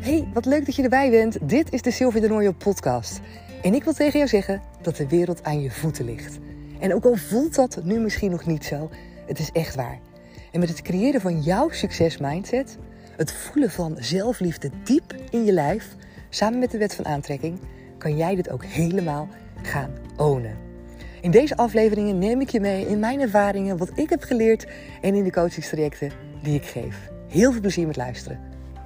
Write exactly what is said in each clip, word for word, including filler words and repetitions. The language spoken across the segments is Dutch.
Hey, wat leuk dat je erbij bent. Dit is de Sylvie de Nooijen podcast. En ik wil tegen jou zeggen dat de wereld aan je voeten ligt. En ook al voelt dat nu misschien nog niet zo, het is echt waar. En met het creëren van jouw succesmindset, het voelen van zelfliefde diep in je lijf, samen met de wet van aantrekking, kan jij dit ook helemaal gaan ownen. In deze afleveringen neem ik je mee in mijn ervaringen, wat ik heb geleerd en in de coachingstrajecten die ik geef. Heel veel plezier met luisteren.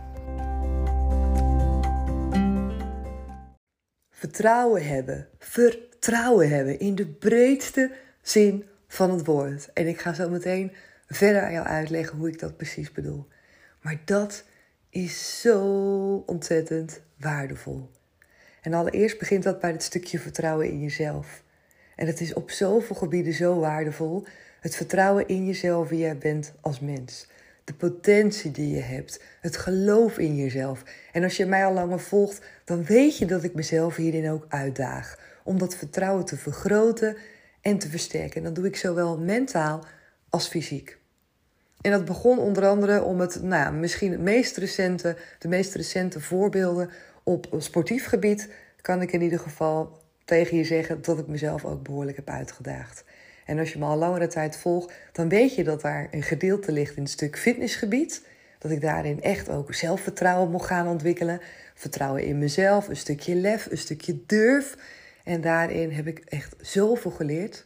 Vertrouwen hebben, vertrouwen hebben in de breedste zin van het woord. En ik ga zo meteen verder aan jou uitleggen hoe ik dat precies bedoel. Maar dat is zo ontzettend waardevol. En allereerst begint dat bij het stukje vertrouwen in jezelf. En het is op zoveel gebieden zo waardevol. Het vertrouwen in jezelf wie jij bent als mens. De potentie die je hebt. Het geloof in jezelf. En als je mij al langer volgt, dan weet je dat ik mezelf hierin ook uitdaag. Om dat vertrouwen te vergroten en te versterken. En dat doe ik zowel mentaal als fysiek. En dat begon onder andere om het, nou, misschien het meest recente, de meest recente voorbeelden op sportief gebied, kan ik in ieder geval tegen je zeggen dat ik mezelf ook behoorlijk heb uitgedaagd. En als je me al langere tijd volgt, dan weet je dat daar een gedeelte ligt in het stuk fitnessgebied. Dat ik daarin echt ook zelfvertrouwen mocht gaan ontwikkelen. Vertrouwen in mezelf, een stukje lef, een stukje durf. En daarin heb ik echt zoveel geleerd.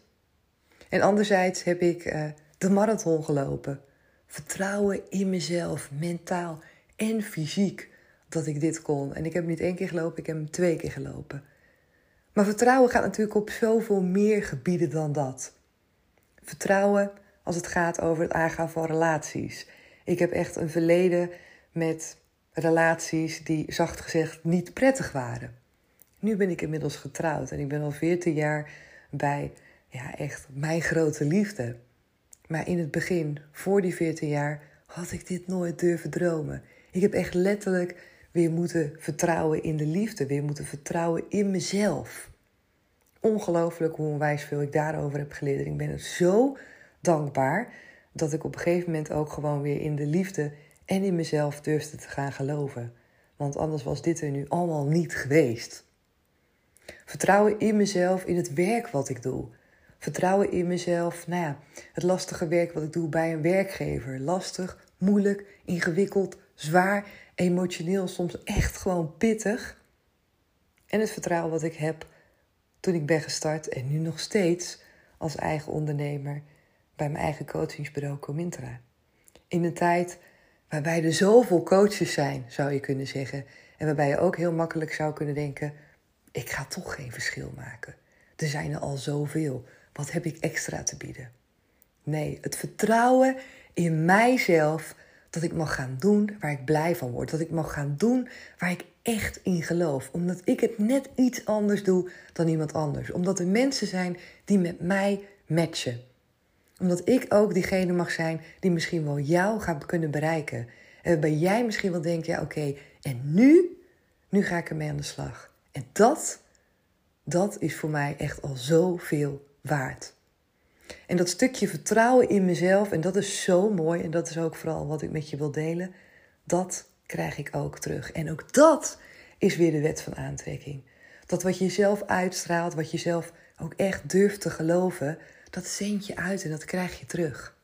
En anderzijds heb ik uh, de marathon gelopen. Vertrouwen in mezelf, mentaal en fysiek, dat ik dit kon. En ik heb hem niet één keer gelopen, ik heb hem twee keer gelopen. Maar vertrouwen gaat natuurlijk op zoveel meer gebieden dan dat. Vertrouwen als het gaat over het aangaan van relaties. Ik heb echt een verleden met relaties die zacht gezegd niet prettig waren. Nu ben ik inmiddels getrouwd en ik ben al veertien jaar bij ja, echt mijn grote liefde. Maar in het begin, voor die veertien jaar, had ik dit nooit durven dromen. Ik heb echt letterlijk weer moeten vertrouwen in de liefde. Weer moeten vertrouwen in mezelf. Ongelooflijk hoe onwijs veel ik daarover heb geleerd. En ik ben er zo dankbaar dat ik op een gegeven moment ook gewoon weer in de liefde en in mezelf durfde te gaan geloven. Want anders was dit er nu allemaal niet geweest. Vertrouwen in mezelf, in het werk wat ik doe. Vertrouwen in mezelf, nou ja, het lastige werk wat ik doe bij een werkgever. Lastig, moeilijk, ingewikkeld, zwaar, emotioneel, soms echt gewoon pittig. En het vertrouwen wat ik heb toen ik ben gestart en nu nog steeds als eigen ondernemer bij mijn eigen coachingsbureau Comintra. In een tijd waarbij er zoveel coaches zijn, zou je kunnen zeggen. En waarbij je ook heel makkelijk zou kunnen denken, ik ga toch geen verschil maken. Er zijn er al zoveel. Wat heb ik extra te bieden? Nee, het vertrouwen in mijzelf dat ik mag gaan doen waar ik blij van word. Dat ik mag gaan doen waar ik echt in geloof. Omdat ik het net iets anders doe dan iemand anders. Omdat er mensen zijn die met mij matchen. Omdat ik ook diegene mag zijn die misschien wel jou gaat kunnen bereiken. En waarbij jij misschien wel denkt, ja oké, okay, en nu? Nu ga ik ermee aan de slag. En dat, dat is voor mij echt al zoveel waard. En dat stukje vertrouwen in mezelf, en dat is zo mooi, en dat is ook vooral wat ik met je wil delen, dat krijg ik ook terug. En ook dat is weer de wet van aantrekking. Dat wat je zelf uitstraalt, wat je zelf ook echt durft te geloven, dat zend je uit en dat krijg je terug.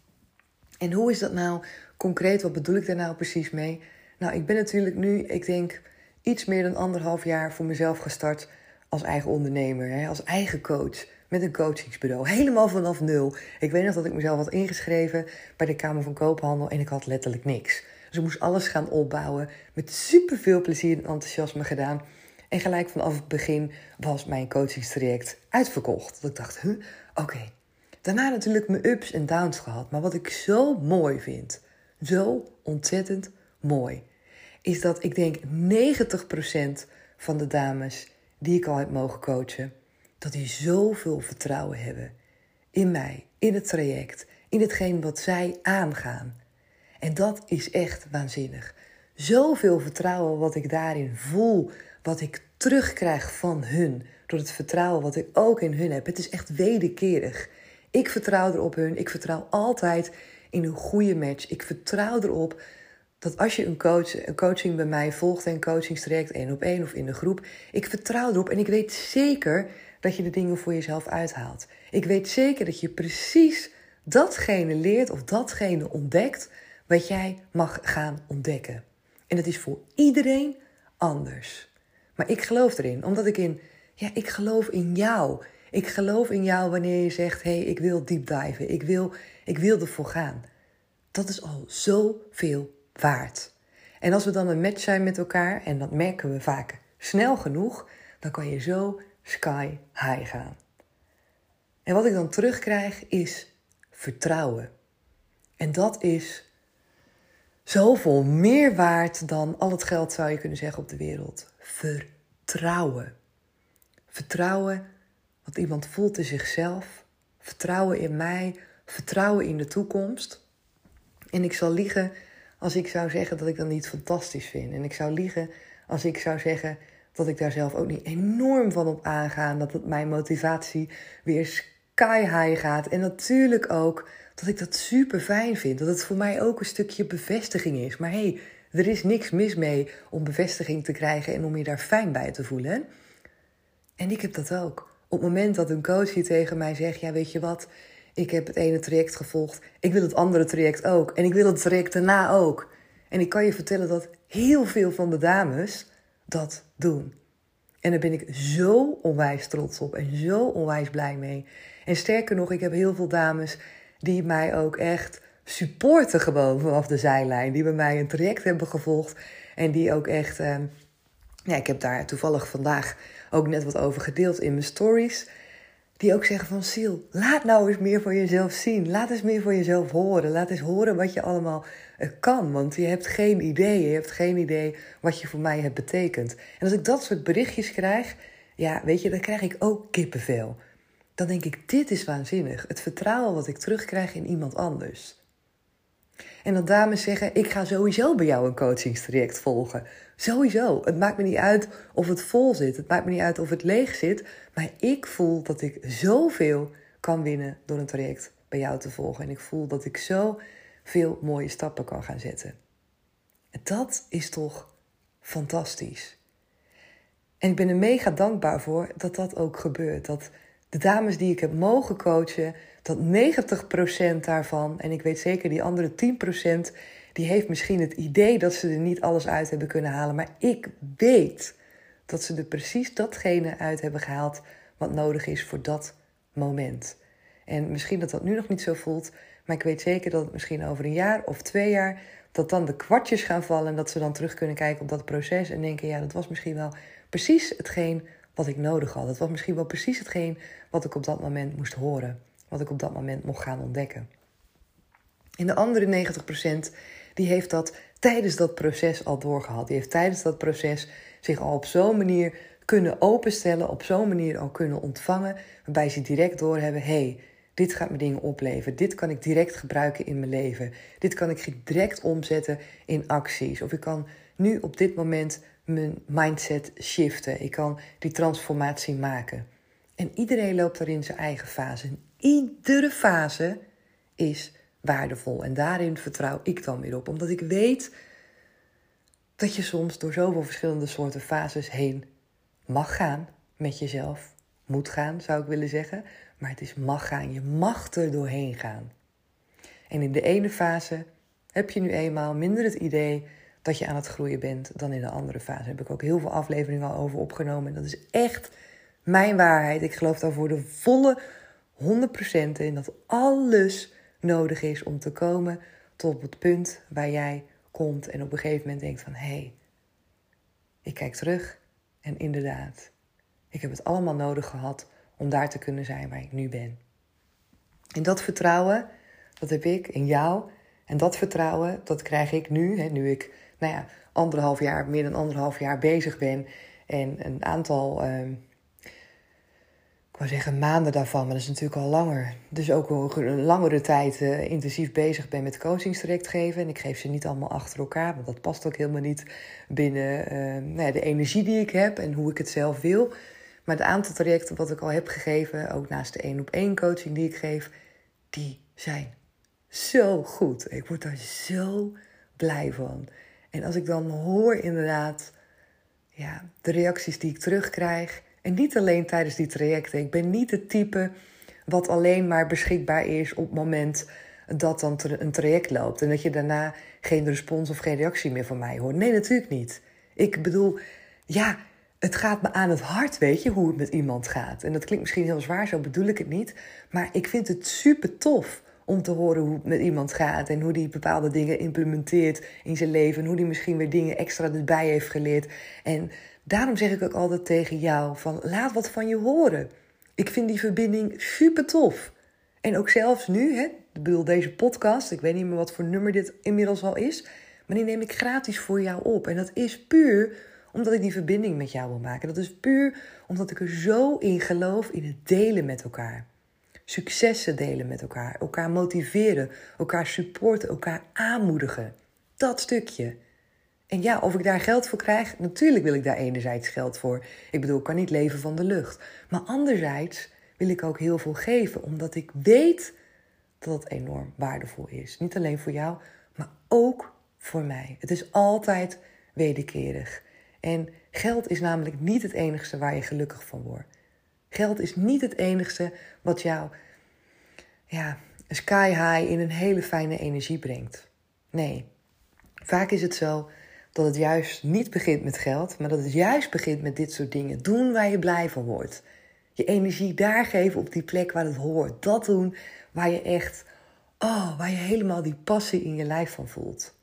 En hoe is dat nou concreet? Wat bedoel ik daar nou precies mee? Nou, ik ben natuurlijk nu, ik denk, iets meer dan anderhalf jaar voor mezelf gestart als eigen ondernemer, hè, als eigen coach. Met een coachingsbureau. Helemaal vanaf nul. Ik weet nog dat ik mezelf had ingeschreven bij de Kamer van Koophandel en ik had letterlijk niks. Dus ik moest alles gaan opbouwen. Met superveel plezier en enthousiasme gedaan. En gelijk vanaf het begin was mijn coachingstraject uitverkocht. Dat ik dacht, huh, oké. Okay. Daarna natuurlijk mijn ups en downs gehad. Maar wat ik zo mooi vind, zo ontzettend mooi, is dat ik denk negentig procent van de dames die ik al heb mogen coachen, dat die zoveel vertrouwen hebben in mij, in het traject, in hetgeen wat zij aangaan. En dat is echt waanzinnig. Zoveel vertrouwen wat ik daarin voel, wat ik terugkrijg van hun, door het vertrouwen wat ik ook in hun heb. Het is echt wederkerig. Ik vertrouw erop hun, ik vertrouw altijd in een goede match. Ik vertrouw erop dat als je een, coach, een coaching bij mij volgt, een coachingstraject één op één of in de groep, ik vertrouw erop en ik weet zeker dat je de dingen voor jezelf uithaalt. Ik weet zeker dat je precies datgene leert of datgene ontdekt wat jij mag gaan ontdekken. En dat is voor iedereen anders. Maar ik geloof erin, omdat ik in, ja, ik geloof in jou. Ik geloof in jou wanneer je zegt, hé, hey, ik wil deep diven, ik wil, ik wil ervoor gaan. Dat is al zoveel waard. En als we dan een match zijn met elkaar, en dat merken we vaak snel genoeg, dan kan je zo sky high gaan. En wat ik dan terugkrijg is vertrouwen. En dat is zoveel meer waard dan al het geld, zou je kunnen zeggen, op de wereld. Vertrouwen. Vertrouwen wat iemand voelt in zichzelf. Vertrouwen in mij. Vertrouwen in de toekomst. En ik zal liegen als ik zou zeggen dat ik dat niet fantastisch vind. En ik zou liegen als ik zou zeggen dat ik daar zelf ook niet enorm van op aanga. Dat het mijn motivatie weer sky high gaat. En natuurlijk ook dat ik dat super fijn vind. Dat het voor mij ook een stukje bevestiging is. Maar hé, hey, er is niks mis mee om bevestiging te krijgen en om je daar fijn bij te voelen. En ik heb dat ook. Op het moment dat een coach hier tegen mij zegt, ja, weet je wat, ik heb het ene traject gevolgd, ik wil het andere traject ook. En ik wil het traject daarna ook. En ik kan je vertellen dat heel veel van de dames dat doen. En daar ben ik zo onwijs trots op en zo onwijs blij mee. En sterker nog, ik heb heel veel dames die mij ook echt supporten gewoon vanaf de zijlijn. Die bij mij een traject hebben gevolgd. En die ook echt, eh, ja, ik heb daar toevallig vandaag ook net wat over gedeeld in mijn stories. Die ook zeggen van, Sil, laat nou eens meer van jezelf zien. Laat eens meer van jezelf horen. Laat eens horen wat je allemaal uh, kan. Want je hebt geen idee. Je hebt geen idee wat je voor mij hebt betekend. En als ik dat soort berichtjes krijg, ja, weet je, dan krijg ik ook kippenvel. Dan denk ik, dit is waanzinnig. Het vertrouwen wat ik terugkrijg in iemand anders. En dat dames zeggen, ik ga sowieso bij jou een coachingstraject volgen. Sowieso. Het maakt me niet uit of het vol zit. Het maakt me niet uit of het leeg zit. Maar ik voel dat ik zoveel kan winnen door een traject bij jou te volgen. En ik voel dat ik zoveel mooie stappen kan gaan zetten. En dat is toch fantastisch. En ik ben er mega dankbaar voor dat dat ook gebeurt. Dat de dames die ik heb mogen coachen, dat negentig procent daarvan, en ik weet zeker die andere tien procent, die heeft misschien het idee dat ze er niet alles uit hebben kunnen halen. Maar ik weet dat ze er precies datgene uit hebben gehaald wat nodig is voor dat moment. En misschien dat dat nu nog niet zo voelt, maar ik weet zeker dat het misschien over een jaar of twee jaar, dat dan de kwartjes gaan vallen en dat ze dan terug kunnen kijken op dat proces en denken, ja, dat was misschien wel precies hetgeen wat ik nodig had. Dat was misschien wel precies hetgeen wat ik op dat moment moest horen. Wat ik op dat moment mocht gaan ontdekken. En de andere negentig procent, die heeft dat tijdens dat proces al doorgehad. Die heeft tijdens dat proces zich al op zo'n manier kunnen openstellen, op zo'n manier al kunnen ontvangen, waarbij ze direct doorhebben, hé, hey, dit gaat me dingen opleveren. Dit kan ik direct gebruiken in mijn leven. Dit kan ik direct omzetten in acties. Of ik kan nu op dit moment mijn mindset shiften. Ik kan die transformatie maken. En iedereen loopt daarin zijn eigen fase. En iedere fase is waardevol. En daarin vertrouw ik dan weer op. Omdat ik weet dat je soms door zoveel verschillende soorten fases heen mag gaan met jezelf. Moet gaan, zou ik willen zeggen. Maar het is mag gaan. Je mag er doorheen gaan. En in de ene fase heb je nu eenmaal minder het idee dat je aan het groeien bent dan in de andere fase. Daar heb ik ook heel veel afleveringen al over opgenomen. En dat is echt mijn waarheid. Ik geloof daar voor de volle honderd procent in dat alles nodig is om te komen tot op het punt waar jij komt. En op een gegeven moment denkt van, hé, hey, ik kijk terug en inderdaad, ik heb het allemaal nodig gehad om daar te kunnen zijn waar ik nu ben. En dat vertrouwen, dat heb ik in jou. En dat vertrouwen, dat krijg ik nu, hè, nu ik, nou ja, anderhalf jaar, meer dan anderhalf jaar bezig ben. En een aantal, uh, ik wou zeggen maanden daarvan, maar dat is natuurlijk al langer. Dus ook al een langere tijd uh, intensief bezig ben met coachingstraject geven. En ik geef ze niet allemaal achter elkaar, want dat past ook helemaal niet binnen uh, nou ja, de energie die ik heb en hoe ik het zelf wil. Maar het aantal trajecten wat ik al heb gegeven, ook naast de één op één coaching die ik geef, die zijn zo goed. Ik word daar zo blij van. En als ik dan hoor inderdaad ja, de reacties die ik terugkrijg. En niet alleen tijdens die trajecten. Ik ben niet het type wat alleen maar beschikbaar is op het moment dat dan een traject loopt. En dat je daarna geen respons of geen reactie meer van mij hoort. Nee, natuurlijk niet. Ik bedoel, ja, het gaat me aan het hart, weet je, hoe het met iemand gaat. En dat klinkt misschien heel zwaar, zo bedoel ik het niet. Maar ik vind het super tof om te horen hoe het met iemand gaat. En hoe die bepaalde dingen implementeert in zijn leven. En hoe die misschien weer dingen extra erbij heeft geleerd. En daarom zeg ik ook altijd tegen jou van laat wat van je horen. Ik vind die verbinding super tof. En ook zelfs nu, hè, ik bedoel deze podcast, ik weet niet meer wat voor nummer dit inmiddels al is, maar die neem ik gratis voor jou op. En dat is puur omdat ik die verbinding met jou wil maken. Dat is puur omdat ik er zo in geloof in het delen met elkaar. Successen delen met elkaar, elkaar motiveren, elkaar supporten, elkaar aanmoedigen. Dat stukje. En ja, of ik daar geld voor krijg, natuurlijk wil ik daar enerzijds geld voor. Ik bedoel, ik kan niet leven van de lucht. Maar anderzijds wil ik ook heel veel geven, omdat ik weet dat het enorm waardevol is. Niet alleen voor jou, maar ook voor mij. Het is altijd wederkerig. En geld is namelijk niet het enigste waar je gelukkig van wordt. Geld is niet het enigste wat jou ja, sky high in een hele fijne energie brengt. Nee, vaak is het zo dat het juist niet begint met geld, maar dat het juist begint met dit soort dingen. Doen waar je blij van wordt. Je energie daar geven op die plek waar het hoort. Dat doen waar je echt, oh, waar je helemaal die passie in je lijf van voelt.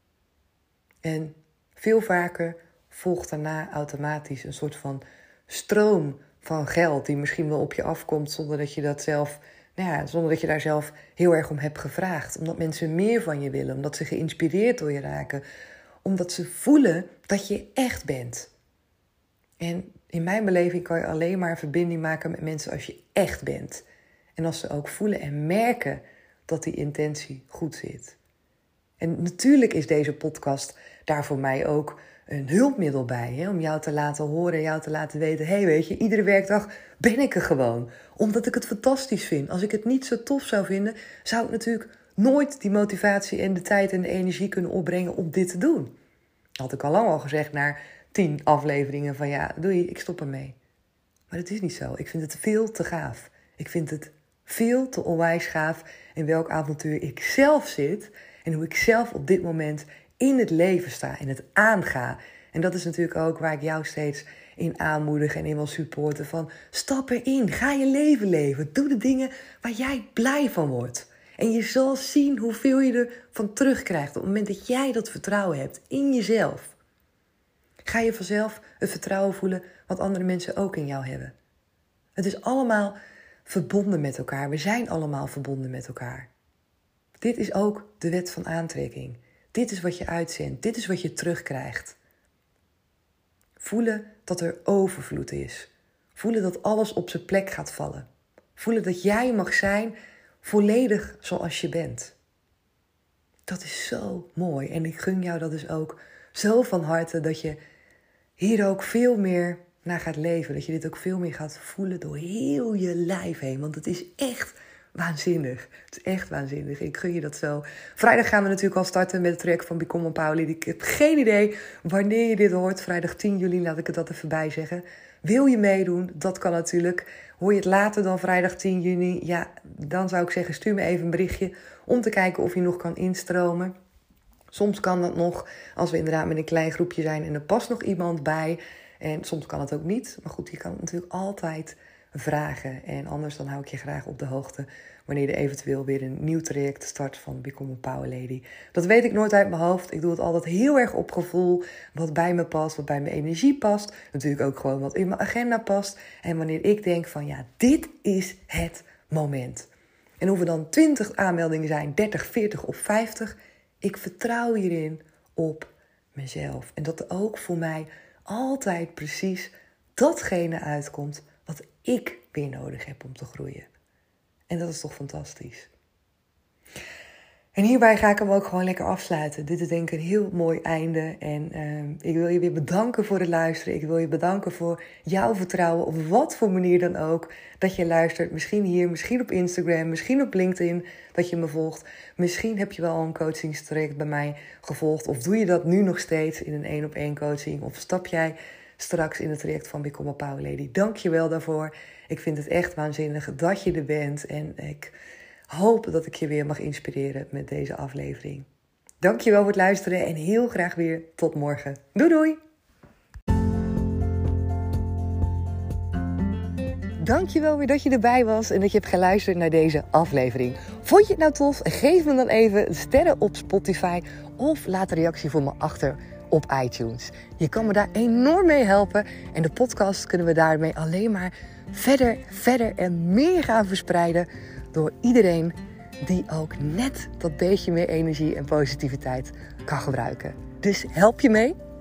En veel vaker volgt daarna automatisch een soort van stroom van geld die misschien wel op je afkomt zonder dat je dat zelf, nou ja, zonder dat je daar zelf heel erg om hebt gevraagd. Omdat mensen meer van je willen, omdat ze geïnspireerd door je raken, omdat ze voelen dat je echt bent. En in mijn beleving kan je alleen maar een verbinding maken met mensen als je echt bent. En als ze ook voelen en merken dat die intentie goed zit. En natuurlijk is deze podcast daar voor mij ook een hulpmiddel bij. Hè? Om jou te laten horen, jou te laten weten. Hé, hey, weet je, iedere werkdag ben ik er gewoon. Omdat ik het fantastisch vind. Als ik het niet zo tof zou vinden, zou ik natuurlijk nooit die motivatie en de tijd en de energie kunnen opbrengen om dit te doen. Had ik al lang al gezegd na tien afleveringen van ja, doei, ik stop ermee. Maar dat is niet zo. Ik vind het veel te gaaf. Ik vind het veel te onwijs gaaf in welk avontuur ik zelf zit en hoe ik zelf op dit moment in het leven sta en het aanga. En dat is natuurlijk ook waar ik jou steeds in aanmoedig en in wil supporten van stap erin, ga je leven leven. Doe de dingen waar jij blij van wordt. En je zal zien hoeveel je ervan terugkrijgt op het moment dat jij dat vertrouwen hebt in jezelf. Ga je vanzelf het vertrouwen voelen wat andere mensen ook in jou hebben. Het is allemaal verbonden met elkaar. We zijn allemaal verbonden met elkaar. Dit is ook de wet van aantrekking. Dit is wat je uitzendt. Dit is wat je terugkrijgt. Voelen dat er overvloed is. Voelen dat alles op zijn plek gaat vallen. Voelen dat jij mag zijn volledig zoals je bent. Dat is zo mooi. En ik gun jou dat dus ook zo van harte dat je hier ook veel meer naar gaat leven. Dat je dit ook veel meer gaat voelen door heel je lijf heen. Want het is echt waanzinnig. Het is echt waanzinnig. Ik gun je dat zo. Vrijdag gaan we natuurlijk al starten met het traject van Become Empowered. Ik heb geen idee wanneer je dit hoort. Vrijdag tien juli, laat ik het dat even bij zeggen. Wil je meedoen? Dat kan natuurlijk. Hoor je het later dan vrijdag tien juni? Ja, dan zou ik zeggen, stuur me even een berichtje om te kijken of je nog kan instromen. Soms kan dat nog, als we inderdaad met een klein groepje zijn en er past nog iemand bij. En soms kan het ook niet. Maar goed, je kan het natuurlijk altijd vragen. En anders dan hou ik je graag op de hoogte wanneer er eventueel weer een nieuw traject start van Become a Power Lady. Dat weet ik nooit uit mijn hoofd. Ik doe het altijd heel erg op gevoel. Wat bij me past, wat bij mijn energie past. Natuurlijk ook gewoon wat in mijn agenda past. En wanneer ik denk van ja, dit is het moment. En of er dan twintig aanmeldingen zijn, dertig, veertig of vijftig. Ik vertrouw hierin op mezelf. En dat er ook voor mij altijd precies datgene uitkomt wat ik weer nodig heb om te groeien. En dat is toch fantastisch. En hierbij ga ik hem ook gewoon lekker afsluiten. Dit is denk ik een heel mooi einde. En uh, ik wil je weer bedanken voor het luisteren. Ik wil je bedanken voor jouw vertrouwen. Op wat voor manier dan ook. Dat je luistert. Misschien hier, misschien op Instagram, misschien op LinkedIn. Dat je me volgt. Misschien heb je wel een coachingstraject bij mij gevolgd. Of doe je dat nu nog steeds in een één op één coaching. Of stap jij straks in het traject van Become a Power Lady. Dank je wel daarvoor. Ik vind het echt waanzinnig dat je er bent. En ik hoop dat ik je weer mag inspireren met deze aflevering. Dank je wel voor het luisteren en heel graag weer tot morgen. Doei doei! Dank je wel weer dat je erbij was en dat je hebt geluisterd naar deze aflevering. Vond je het nou tof? Geef me dan even sterren op Spotify of laat een reactie voor me achter op iTunes. Je kan me daar enorm mee helpen en de podcast kunnen we daarmee alleen maar verder, verder en meer gaan verspreiden door iedereen die ook net dat beetje meer energie en positiviteit kan gebruiken. Dus help je mee?